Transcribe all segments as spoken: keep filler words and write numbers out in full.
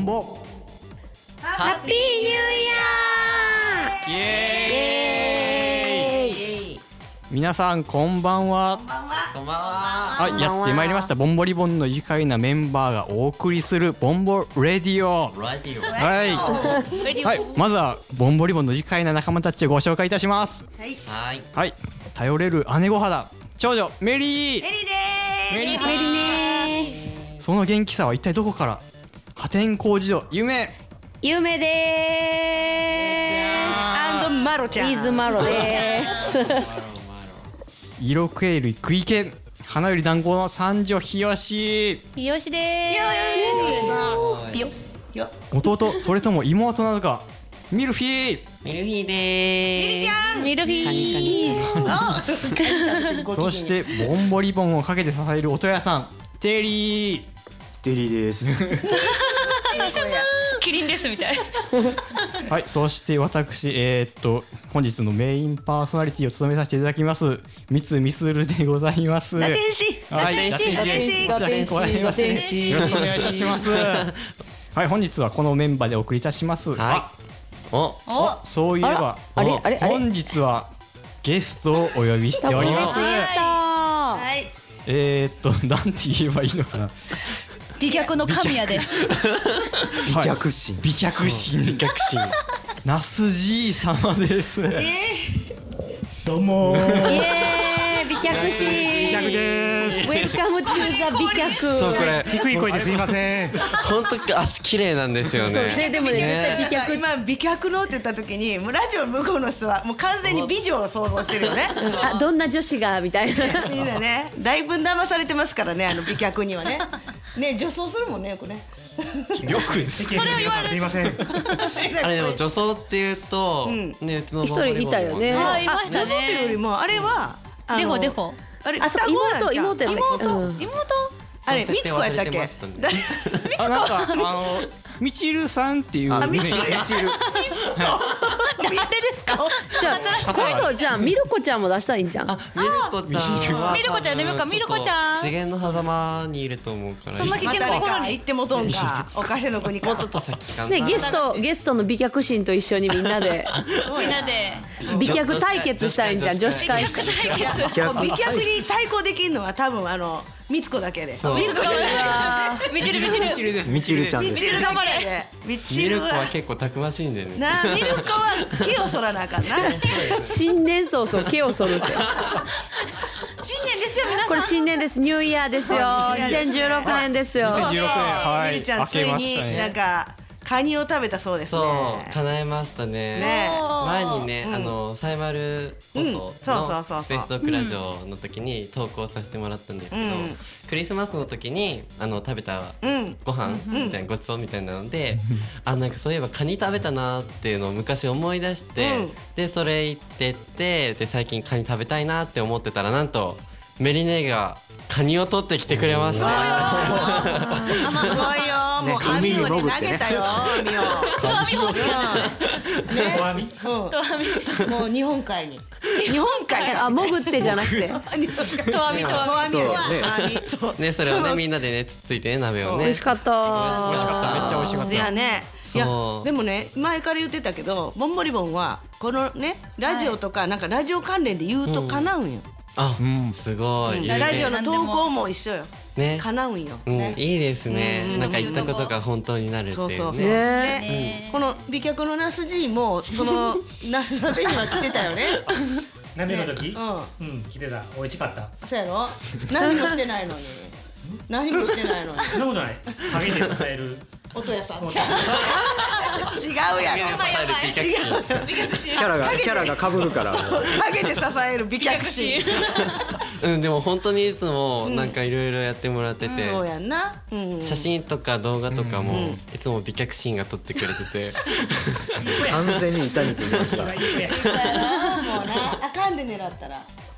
ンボハッピーニューイヤー。 イエーイ。皆さんこんばんは。 こんばんは。 はい、やってまいりました。ボンボリボンの愉快なメンバーがお送りするボンボレディオ。 ラディオ。 はい、はい、まずはボンボリボンの愉快な仲間たちをご紹介いたします。 はいはい。 はい、頼れる姉御肌長女メリー。 メリーでーす。 メリーメリーねその元気さは一体どこから。破天荒児女夢。 夢でーす。アンドマロちゃん。水マロでーす。 色気エル食い気花より団子の三女日吉。 日吉でーす。よよ弟それとも妹なのかミルフィー。 ミルフィーでーす。 メリーちゃん。 ミルフィカニカニ。 そしてボンボリボンをかけて支える音屋さんテリー。 デリーですキリンですみたい。 はい、そして私えー、っと本日のメインパーソナリティを務めさせていただきます三つみするでございます。 ラテンシはい、 ラテンシラテンシラテンシこちらにございます。 ラテンシよろしくお願いいたします。はい、本日はこのメンバーでお送りいたします。 はい。お。 あ、そういえばあれあれあれ本日はゲストをお呼びしております。 はいえー、っとなんて言えばいいのかな。 美脚の神やで。 美脚心美脚心美脚心。 ナスじい様です。 どうもーイエーイ美脚師美脚です。 ウェルカムトゥザ美脚。 そうこれ低い声ですいません本当足綺麗なんですよね。 そうででもね絶対美脚。 今美脚のって言った時にもうラジオ向こうの人はもう完全に美女を想像してるよね。 あどんな女子がみたいな。 みんなねだいぶ騙されてますからねあの美脚にはね。ね女装するもんねよくね。 よくそれを言われるすいませんあれでも女装っていうとんねうちの一人いたよねあいまあした女装っていうよりね。 もあれはあのデフォデフォ。 あれあそう妹妹やったっけ。 妹うん妹。 あれみつこやったっけ。だあなんかあのみちるさんっていうあみねちるや。 誰ですか。 じゃあ今度じゃあミルコちゃんも出したらいいんじゃん。 あミルコちゃんはミルコちゃんやめようかミルコちゃん次元の狭間にいると思うからそんな危またね険なところに。 か行ってもとんかお菓子の国かもうちょっと先かな。 ねゲストゲストの美脚心と一緒にみんなでみんなで。 美脚対決したいんじゃん女子会して。 いや美脚に対抗できるのは多分あのみつこだけで。 そうみつこみちるみちる。 みちるです。 みちるちゃんみですちる頑張れ。みミルコちるはは結構たくましいんだよね。 なミルコは気をそらなあかんな。 新年早々毛を剃るって。 新年ですよ皆さん。 これ新年です。ニューイヤーですよ。にせんじゅうろくねんですよ。 にせんじゅうろくねんはいみりちゃんつい明けましにたねなんかカニを食べたそうですね。 そう叶えましたね。 ね前にね、 うんあのサイマル放うん送そうそうのそうそうスペーストークラジオの時に投稿させてもらったんですけど、 うんクリスマスの時にあの食べたうんご飯みたいなごちそうみたいなので、あなんかそういえばカニ食べたなっていうのを昔思い出して、 うんでそれ言ってってで最近カニ食べたいなって思ってたらなんとメリネがカニを取ってきてくれますね。 すごいよ。もう網をね投げたよ網を。 お網うん。もう日本海に。日本海あ潜ってじゃなくて。 とわみとわみ。 網そうやね網そうねそれをねみんなでねつっついてね鍋をね。 美味しかった。 美味しかった。めっちゃ美味しかっいやね。いやそうでもね前から言ってたけどボンボリボンはこのねラジオとかなんかラジオ関連で言うと叶うんよ。 あ、 うんすごい。 うん有名ラジオの投稿も一緒よ。 ね。 叶うんよ。 うん、 ねいいですね、 うんなんか言ったことが本当になるっていうね。 そうそうそう。 ねねこの美脚のナスGもそのな鍋には来てたよね。 鍋の時うん。 うん来てた美味しかったそうやろ。何もしてないのに。何もしてないのに。 そんなことない陰で支える音屋さん。違音うやろ。 やばいやばい。 違う。 美脚師。 キャラがキャラが被るから影で支える美脚師。 うん、でも本当にいつもなんかいろいろやってもらってて、 そうやんな。うん。 写真とか動画とかも、 うんいつも美脚シーンが撮ってくれてて完全に板についてますからもうね、あかんで狙ったら。う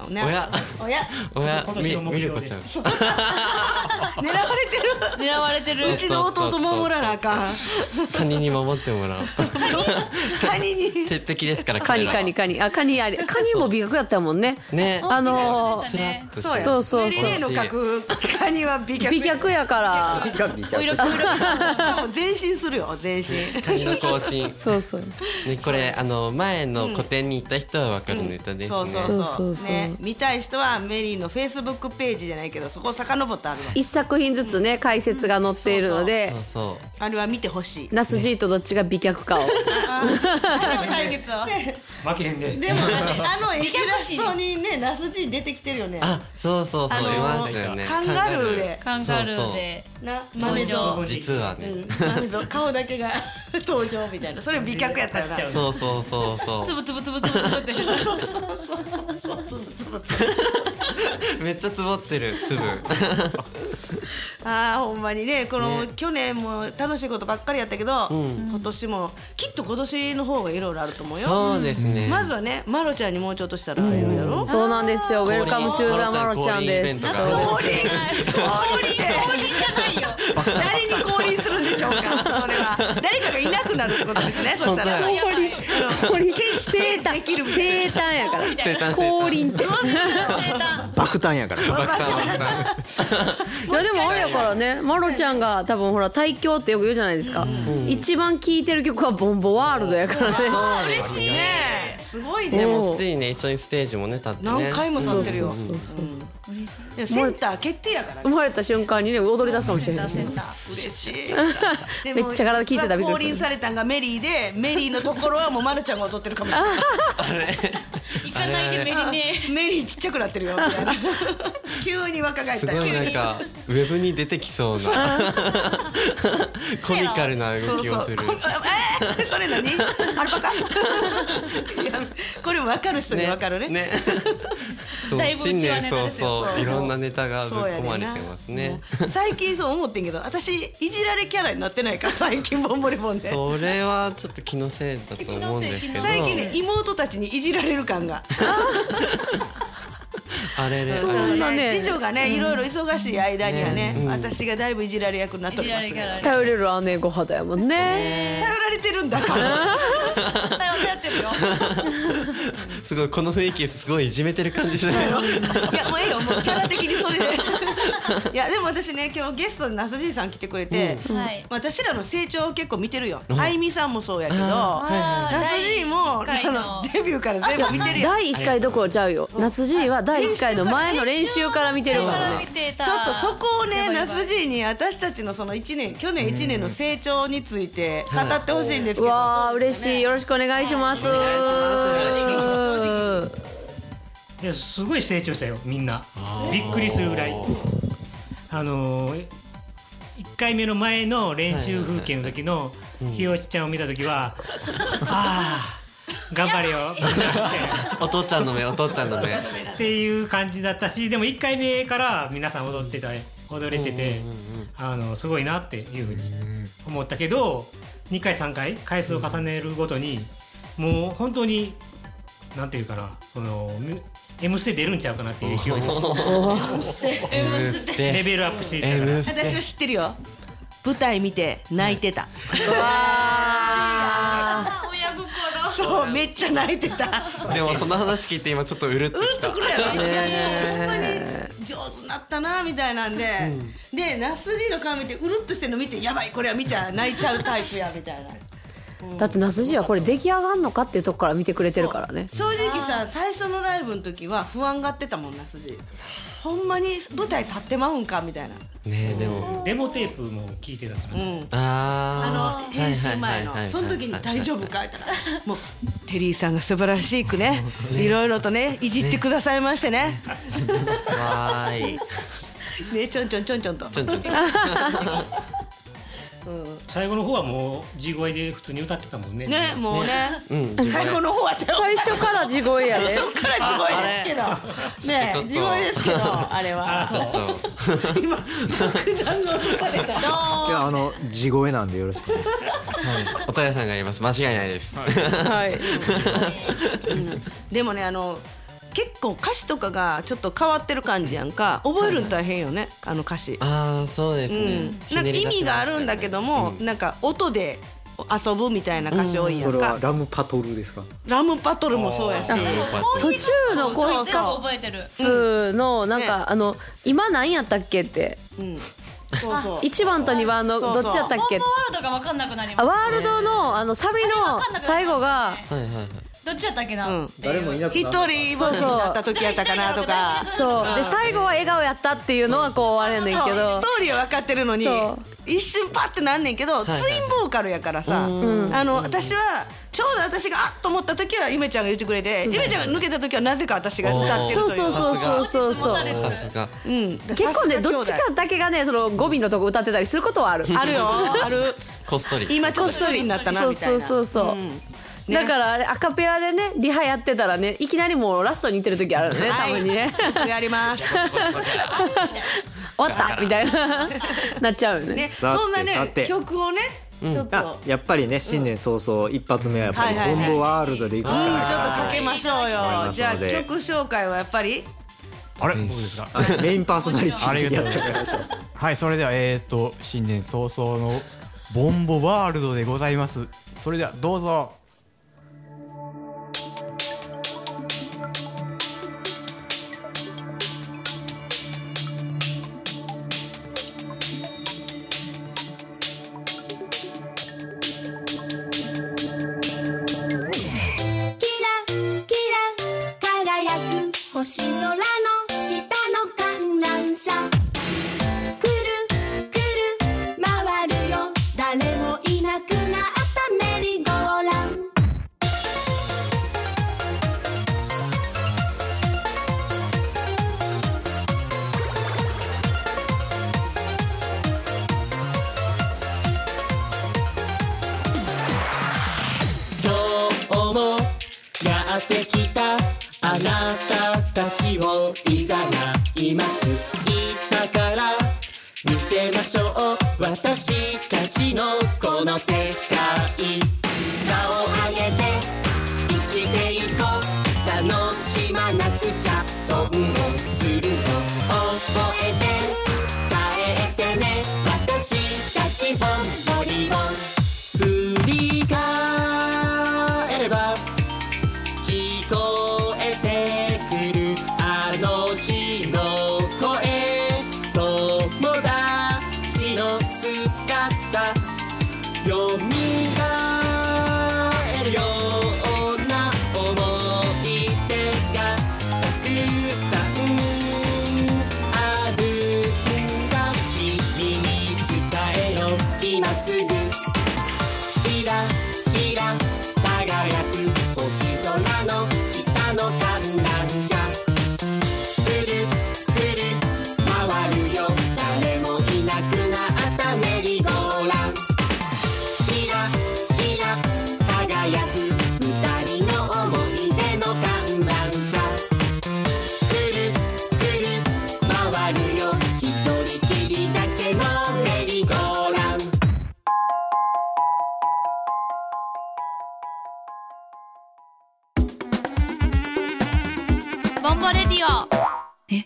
ね親親親み今年の目みる標でこちゃん狙われてる狙われてるうちの弟守らなあかんカニに守ってもらおうカニに鉄壁ですからカニカニカニあカニあれカニも美学やったもんね。 ねあのースラッとそうやそうそうそうメリネの描くカニは美脚美脚やからお色気しかも前進するよ前進カニの行進そうそうねこれあの前の個展に行った人は分かるネタですね、 そうそうそうそそううそうね見たい人はメリーのフェイスブックページじゃないけどそこ遡ってあるわ一作品ずつね解説が載っているのでそうそあれは見てほしいナス G とどっちが美脚かを対決を負けへんででもあのイラストにねナス G 出てきてるよねうあそうそうそうあのいましたよねカンガルーでカンガルーでな豆蔵実はね、 うん豆蔵顔だけが登場みたいなそれ美脚やったよなそうそうそうそうつぶつぶつぶつぶつぶってしてためっちゃつぼってる粒あーほんまにねこの去年も楽しいことばっかりやったけど、 ん今年もきっと今年の方がいろいろあると思うよそうですね、 まずはねマロちゃんにもうちょっとしたら会えるやろそうなんですよウェルカムトゥーザマロちゃんです降臨イベントが降臨降臨降臨じゃないよ誰に降臨するんでしょうかそれは誰かがいなくなるってことですねそしたら本降臨生誕できるみたい生誕やから生誕降臨ってい爆誕やから爆誕爆誕やでもあれやからねマロちゃんが多分ほら大凶ってよく言うじゃないですか一番聴いてる曲はボンボワールドやからねそうですねねえすごいねでもうもすでにね一緒にステージもね立ってね何回も立ってるよそうそうそうでもセンター決定やから生まれた瞬間にね踊り出すかもしれないセンター嬉しいでめっちゃ体聞いてたびっくりする降臨されたんがメリーでメリーのところはもうマルちゃんが踊ってるかもしれない行かないでメリねメリーちっちゃくなってるよみたいな急に若返っすたよごいなんかウェブに出てきそうなコミカルな動きをするそうそうこえー、それ何アルパカいやこれも分かる人に分かるねねそうだいぶうちはネタですよそうそういろんなネタがぶっそうやねんな込まれてますねもう最近そう思ってんけど私いじられキャラになってないから最近ボンボリボンでそれはちょっと気のせいだと思うんですけど最近ね妹たちにいじられる感があれれそあれんなね次女がねいろいろ忙しい間にはねねうん私がだいぶいじられ役になっておりますいじられキャラ頼れる姉御肌やもんね頼られてるんだから頼ってやってるよすごいこの雰囲気すごいいじめてる感じするいやもうええよもうキャラ的にそれでいやでも私ね今日ゲストにナスじいさん来てくれて、 はい私らの成長を結構見てるよあいみさんもそうやけどあナスじいも第一回のあのデビューから全部見てるよだいいっかいどころちゃうよナス G はだいいっかいの前の練習から見てるからね見てたちょっとそこをねやばいやばいナスじいに私たちのそのいちねん去年いちねんの成長について語ってほしいんですけうど、 わー嬉しいよろしくお願いしますですごい成長したよみんなびっくりするぐらいあのー、いっかいめの前の練習風景の時のひよしちゃんを見た時はあー頑張れよお父ちゃんの目お父ちゃんの目っていう感じだったしでもいっかいめから皆さん踊ってた踊れててあのすごいなっていうふうに思ったけどにかいさんかい回数を重ねるごとにもう本当になんていうかなその M ステ出るんちゃうかなっていう勢いでレベルアップしていたから M ステ私は知ってるよ舞台見て泣いてた、 うわ親心そうめっちゃ泣いてたでもその話聞いて今ちょっとうるっとうるきたっとくるやろ、いやいやほんまに上手になったなみたいなんで、でナスGの顔見てうるっとしてるの見てやばいこれは見ちゃ泣いちゃうタイプやみたいなーだってナス G はこれ出来上がんのかっていうとこから見てくれてるからね正直さ最初のライブの時は不安がってたもんナスGほんまに舞台立ってまうんかみたいな、 ねえでもデモテープも聞いてたから、ねうん、 あーあの編集前のその時に大丈夫かって言ったらもうテリーさんが素晴らしくねいろいろとねいじってくださいましてねわーいねちょんちょんちょんちょんとちょんちょんちょん最後の方はもう地声で普通に歌ってたもんねねもうねうん最後の方は最初から地声やでそっから地声ですけどねちょっと地声ですけどあれはちょっと今爆弾が落とされたいやあの地声なんでよろしくお願いしおたやさんが言います間違いないですはいでもねあの結構歌詞とかがちょっと変わってる感じやんか。覚えるの大変よね、あの歌詞。 ああそうですね、 うん、なんか意味があるんだけども、うん、なんか音で遊ぶみたいな歌詞多いやんか、 うん、それはラムパトルですか。 ラムパトルもそうやし、 途中のこいつ覚えてるのなんか、ね、あの今何やったっけって、うん、そうそういちばんとにばんのどっちやったっけ。 ワールドが分かんなくなります。 ワールドのあのサビの最後がはいはいはいどっちやったっけな、うん、 誰もいなくなった一人ぼっちになった時やったかなとか。 そうで最後は笑顔やったっていうのはこうあれやねんけど、 ストーリーは分かってるのに一瞬パッてなんねんけど、ツインボーカルやからさ、あの私はちょうど私があっと思った時はゆめちゃんが言ってくれて、ゆめちゃんが抜けた時はなぜか私が歌ってるという。 そうそうそうそうそう、うん、結構ねどっちかだけがねその語尾のとこ歌ってたりすることはあるあるよあるこっそり今ちょっと一人になったなみたいな。 そうそうそうそう、うんね、だからあれアカペラでねリハやってたらねいきなりもうラストに行ってる時あるのね、はい、多分にねやります終わったみたいななっちゃうよね。 ねそんなね曲をねちょっと、 うん、やっぱりね新年早々一発目はやっぱりボンボワールドでいくしかない、 うん、ちょっとかけましょうよ。じゃあ曲紹介はやっぱりあれ、僕ですか。 メインパーソナリティでやってもらいましょう。 はい、それではえっと新年早々のボンボワールドでございます。それではどうぞ。 星空の下の観覧車くるくる回るよ誰もいなくなったメリーゴーラン今日もやってきたあなたたちをいざないます今から見せましょう私たちのこの世界顔を上げて生きていこう楽しまなくちゃ損をするぞ覚えて帰ってね私たちぼんぼりを振り返れば聞こえてくるあの日の声友達の姿よみがえるような思い出がたくさんあるんだ君に伝えよ今すぐキラキラ輝く星空の下の観覧車くるくる回るよ誰もいなくなったメリーゴーランキラキラ輝く二人の思い出の観覧車くるくる回るよ一人きりだけのメリーゴーランボンボレディオ。 え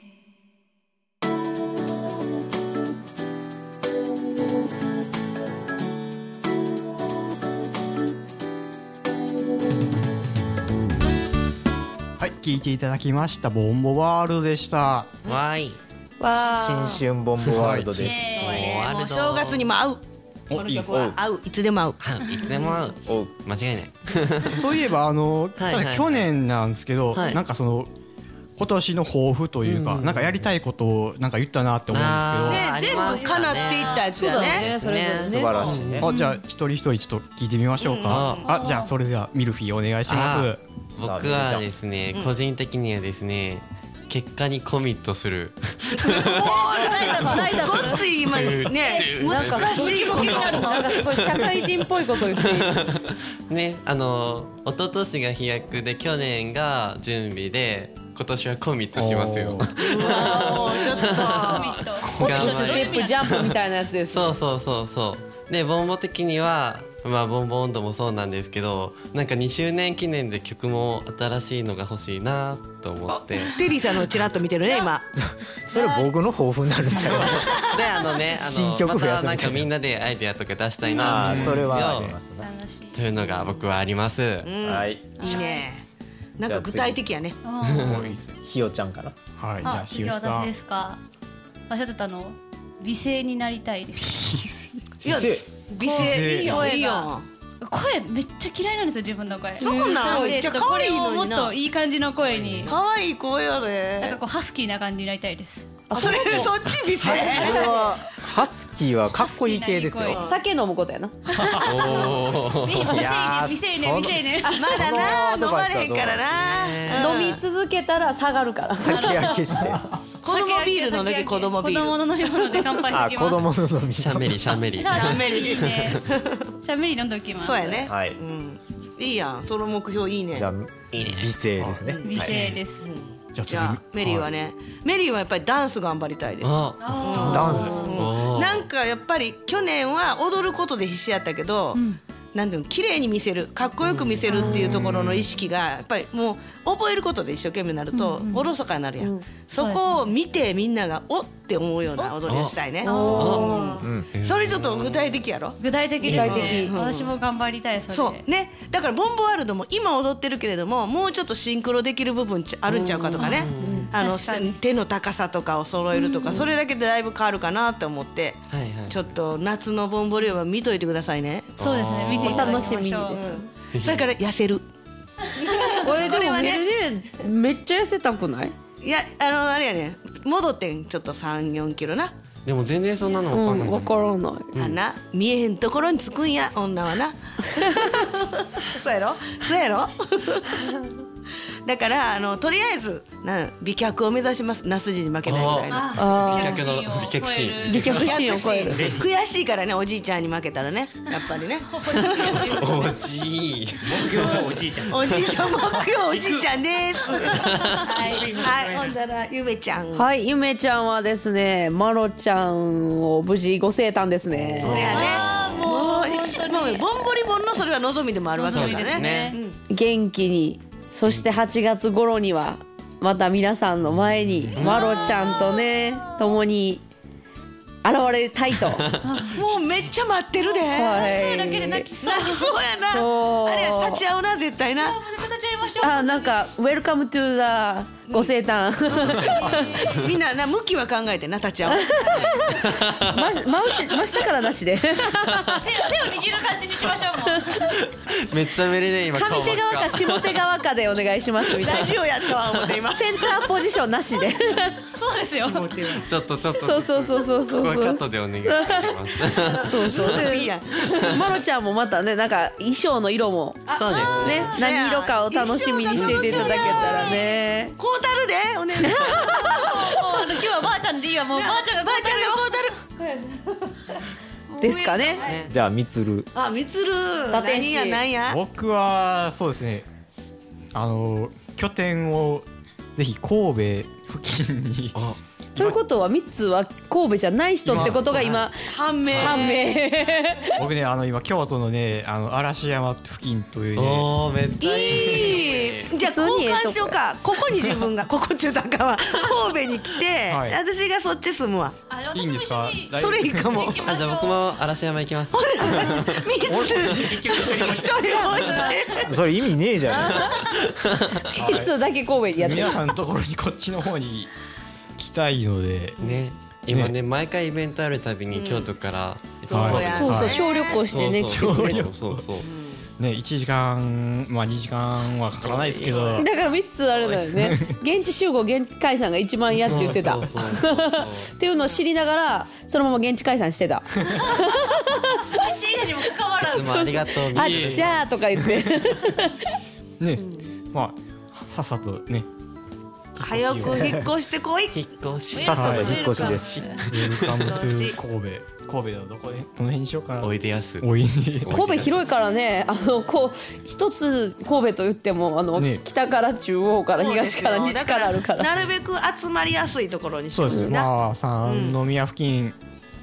はい、聞いていただきましたボンボワールドでした。 わーいわ新春ボンボワールドです。 もう正月にも合うこの曲は合ういつでも合ういつでも合う間違いないそういえばあの、 はいはいはい、 去年なんですけど、 はい、 なんかその今年の抱負というか、うん、なんかやりたいことをなんか言ったなって思うんですけど、 ね、全部叶っていったやつだね。 それね素晴らしいね。 あ、じゃあ一人一人ちょっと聞いてみましょうか。うん、あ、じゃあそれではミルフィーお願いします。 僕はですね、個人的にはですね、結果にコミットする。 ごっつい今ね難しいことなんかすごい社会人っぽいこと言ってね、あの一昨年が飛躍で去年が準備で今年はコミットしますよ。 ちょっとコミットステップジャンプみたいなやつです、ね、 そうそうそうそうでボンボ的にはまあボンボン温度もそうなんですけど、なんかにしゅうねん記念で曲も新しいのが欲しいなと思って。 テリーさんのちらっと見てるね今。 それ僕の抱負になるんですよ。 であのね、あの新曲増やすみたいなまたなんかみんなでアイデアとか出したいなと思それうんですよ。 はありますね。 というのが僕はあります。 はい。 いいね。なんか具体的やね。 ひよちゃんから。 はい。じゃあひよさん。 私ですか。私はちょっとあの美声になりたいです。 いや美声いいよいいよ。 声めっちゃ嫌いなんですよ自分の声。 そうなん。めっちゃ可愛いのにな。 もっといい感じの声に。 可愛い声やで。 なんかこうハスキーな感じになりたいです。 あ、それそっち美声。 ハスキーはかっこいい系ですよ。 酒飲むことやな。 おいや未成年未成年。 まだな飲まれへんからな。 飲み続けたら下がるから。 酒焼けして。 子供ビール飲んだけ子供ビール。 子供の飲み物で乾杯してきます。 あ、子供の飲み。 シャンメリーシャンメリー。 シャンメリーね。シャンメリー飲んでおきます。 そうやね。 はい。 うん。いいやん。その目標いいね。 じゃあ美声ですね。 美声です。 じゃあメリーはね、メリーはやっぱりダンス頑張りたいです。 ダンス。 なんかやっぱり去年は踊ることで必死やったけど、なんていうの綺麗に見せる、かっこよく見せるっていうところの意識がやっぱりもう覚えることで一生懸命になるとおろそかになるやん。そこを見てみんながおって思うような踊りをしたいね。それちょっと具体的やろ。 具体的ですね。私も頑張りたいそれ。 そうね。だからボンボワールドも今踊ってるけれども、もうちょっとシンクロできる部分あるんちゃうかとかね。あの手の高さとかを揃えるとか、それだけでだいぶ変わるかなと思って、ちょっと夏のボンボリオは見といてくださいね。 そうですね。見ていただきましょう。 楽しみです。 それから痩せる。 これでもメルでめっちゃ痩せたくない？ いや、あのあれやね、戻ってんちょっとさん、よんキロな。 でも全然そんなの分かんない。 分からない。 あな、見えへんところにつくんや女はな。そうやろ？そうやろ？だからあのとりあえずな美脚を目指します。ナスジに負けないぐらいの美脚の美脚シーン。 美脚シーンを超える。 悔しいからね、おじいちゃんに負けたらね、やっぱりね。 おじい。 目標はおじいちゃん。 おじいちゃん目標おじいちゃんです。はいはい、ほんだらゆめちゃん。 はい、ゆめちゃんはですね、まろちゃんを無事ご生誕ですね。 それやね。もう一もうボンボリボンのそれは望みでもあるわけだからね。 元気に。そしてはちがつ頃にはまた皆さんの前にまろちゃんとね共に現れたいと。 もうめっちゃ待ってるで。 はい。 だけで泣きそう。 そうやな。 そう。 あれ立ち会うな絶対な。 立ち会いましょう。 あ、なんか Welcome to the ご生誕。 みんなな向きは考えてな立ち会う。 ま真下からなしで。 手を握る感じにしましょうもう。 めっちゃメリね今。 上手側か下手側かでお願いしますみたいな。 ラジオやったわ思って今。 センターポジションなしで。 そうですよ。 ちょっとちょっと。 そうそうそうそうそう。 ここカットでお願いします。 そうそうで。まろちゃんもまたね、なんか衣装の色もそうですね、何色かを楽しみにしていていただけたらね。 こうたるでおね。 今日はばあちゃんでいいわ、もうばあちゃんがばあちゃんがこうたる。ですかね。 じゃあみつる。 あ、みつる。 立何や何や。 僕はそうですね。あの拠点をぜひ神戸付近に。 ということはみっつは神戸じゃない人ってことが今判明判明。 僕ね、あの今京都のね、あの嵐山付近というね。 おー、めっちゃいい。 いい。じゃあ交換しようか。ここに自分がここ中途かは神戸に来て、 はい、 私がそっち住むわ。 いいんですか？ それいいかも。 あ、じゃあ僕も嵐山行きます。 みっつ一人ぼっち。 それ意味ねえじゃん。 みっつだけ神戸にやってる。 皆さんのところにこっちの方に来たいのでね。今ね、毎回イベントあるたびに京都からそうそうそう小旅行してね、 そうそうそうね、いちじかんまあにじかんはかからないですけど、 だからみっつあるのよね。現地集合現地解散が一番嫌って言ってたっていうのを知りながらそのまま現地解散してた。 現地以外にも関わらず、 ありがとう。 あ、じゃあとか言ってね、まあさっさとね、 早く引っ越してこい。 引っ越し。 さっさと引っ越しです。 ウェルカムトゥ神戸。神戸のどこでこの辺にしようかな。 おいでやす。 おいで。 神戸広いからね、あのこう一つ神戸と言ってもあの、ね、北から中央から東から西からあるから。 なるべく集まりやすいところにしてそうです。まあ三宮付近、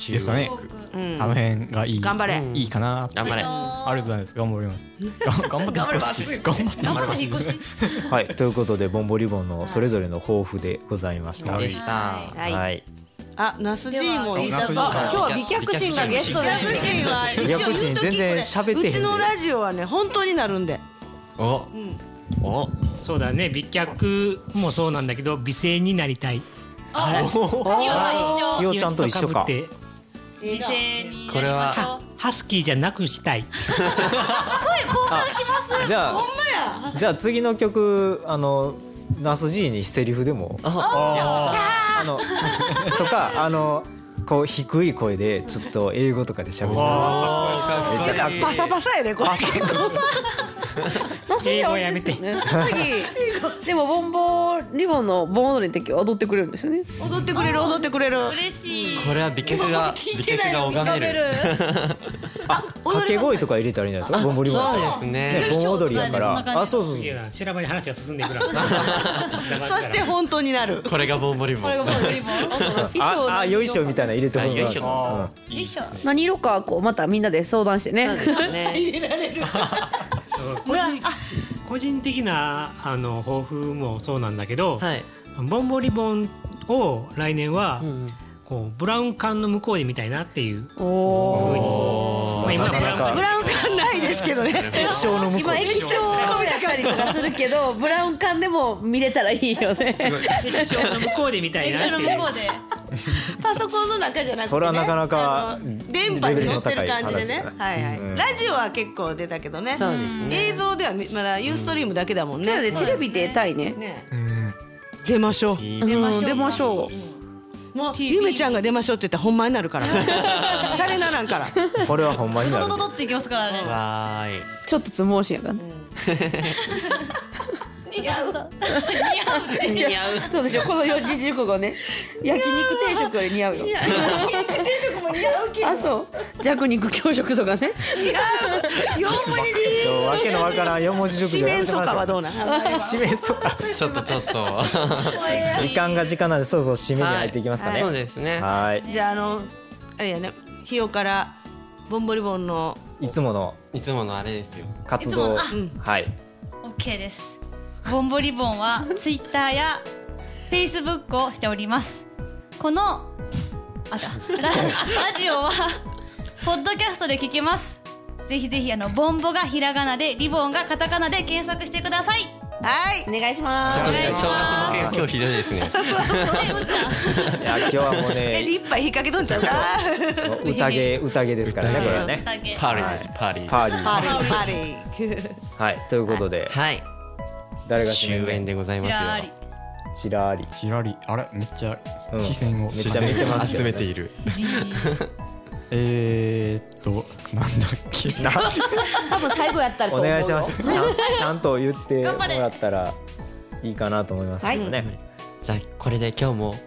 ですかね。 うんあの辺がいい。 頑張れいいかな。 頑張れ。 ありがとうございます。頑張ります。が頑張って頑張ります頑張って頑張って引っ越しはいということでボンボリボンのそれぞれの抱負でございました。 でした。 はいはい。 あ、ナス G もいいだぞ。 あ今日は美脚神がゲストでナスす G は美脚神全然喋ってへんでうちのラジオはね本当になるんで。 おうん。 おそうだね、美脚もそうなんだけど美声になりたい。 あひよとひよちゃんと一緒か。 日用一緒美声にこれははハスキーじゃなくしたい。 声交換しますじゃあじゃあ次の曲あのナス G にセリフでもああのとかあのこう低い声でちょっと英語とかで喋る。めっちゃかっこいい。 パサパサやねこれ。 ナス G はあれですよね次でもボンボリボンの盆踊りの時は踊ってくれるんですよね。 踊ってくれる踊ってくれる。 嬉しいこれは美脚が美脚が拝める。 掛け声とか入れたらいいんじゃないですか。ボンボリボン。 そうですね。 盆踊りやから。あそうそう。 いや修羅場に話が進んでいくな。 そして本当になる。 これがボンボリボン。 これがボンボリボンああよいしょみたいな入れてもらう。 よいしょよいしょ何色かこうまたみんなで相談してね。 そうですね。 個人個人的なあの抱負もそうなんだけど、 はい。 ボンボリボンを来年は、 うんこうブラウン管の向こうで見たいなっていうおお。 まあ今はブラウン管ブラウン管ないですけどね。 液晶の向こう。 今液晶を込めたりとかするけどブラウン管でも見れたらいいよね。 液晶の向こうで見たい液晶なっていう。 の向こうでパソコンの中じゃなくてね。 それはなかなかあの電波に乗ってる感じでね。 レベルの高い話だなはいはい。 うんラジオは結構出たけどね。 そうですね。 映像ではまだユーストリームだけだもんそうやね。 でテレビ出たいね。 ねうん出ましょう。 出ましょう。出ましょう。 もうゆめちゃんが出ましょうって言ったらほんまになるから。シャレななんから。 これはほんまになるドド。ドドっていきますからねわーい。 ちょっとつもしやからね。 似合う。 似合うって似合う。 そうでしょこの四字熟語ね。焼肉定食より似合うよ。 定食も似合うけど。 あそう。弱肉強食とかね。 似合う。四文字ちょわけのわからん四文字熟四語やめ面楚てますよ。 歌はどうなん？ 四面楚歌。 ちょっとちょっと。 時間が時間なんでそろそろ締めに入っていきますかね。 そうですね。 はい。 じゃああのあれやね、ひよからボンボリボンのいつものいつものあれですよ。 活動いつものあはい。 OK ですボンボリボンは Twitter や Facebook をしております。このあララジオはポッドキャストで聞けます。ぜひぜひあのボンボがひらがなでリボンがカタカナで検索してください。 はいお願いしまちょっとす。 ね正月ボケが今日ひどいですね。 いや今日はもうえね一杯引っ掛けとんちゃうか。 宴宴ですからねこれはね。 パーリーですパーリー。 パーリー。 パーリーパーリー。 はいということではい。 誰が締める終焉でございますよ。 じゃありちらり。 ちらりあれめっちゃうん視線を、 めっちゃ見てますけ集どねめている。 えーっとなんだっけな多分最後やったらとお思うよ。 願いします。ちゃんちゃんと言っても頑張れらったらいいかなと思いますけどね。 じゃあこれで今日も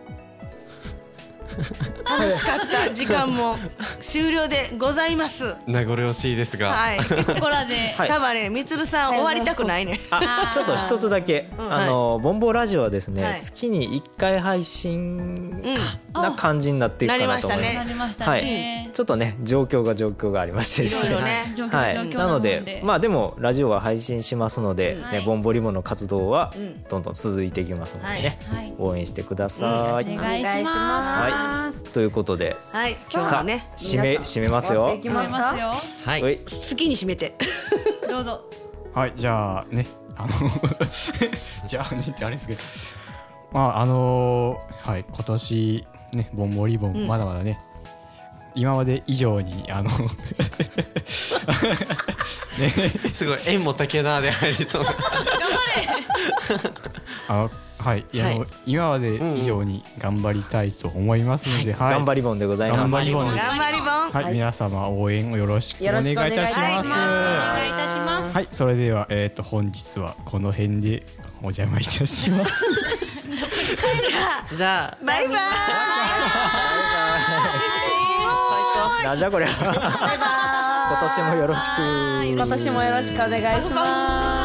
楽しかった時間も終了でございます。 名残惜しいですが。 はい。 ここらではい多分ねみつるさん終わりたくないね。 あちょっと一つだけ、 うんあのボンボラジオはですね、 はい月にいっかい配信うん。 な感じになっていくかなと思います。 ななりましたはねい、ちょっとね状況が状況がありましてですいろいろね。 ね。 状況はい、 状況なのもんでまあでもラジオは配信しますので、 はいね、ボンボリボンの活動はうんどんどん続いていきますのでね、 はい応援してください。 お願いしますはい、ということではい。今日さあはね締め締めますよ。 いきますか。 思いますよはい。 はい好きに締めて。 どうぞはいじゃあねあのじゃあねってあれですけどまああのーはい今年ねボンボリボン、 うんまだまだね今まで以上にあのねすごい縁も竹縄で入りそうな。 頑張れあのはい、いやあのはい今まで以上に頑張りたいと思いますので、はい頑張りボンでございます。 頑張りボンです。 頑張りボン。 はい、 はい皆様応援をよろしくお願いいたします。 よろしくお願いしますお願いいたしますはい、それではえっ、と本日はこの辺でお邪魔いたします。 じゃあバイバイ。 なんじゃこりゃ。今年もよろしく。 今年もよろしくお願いします。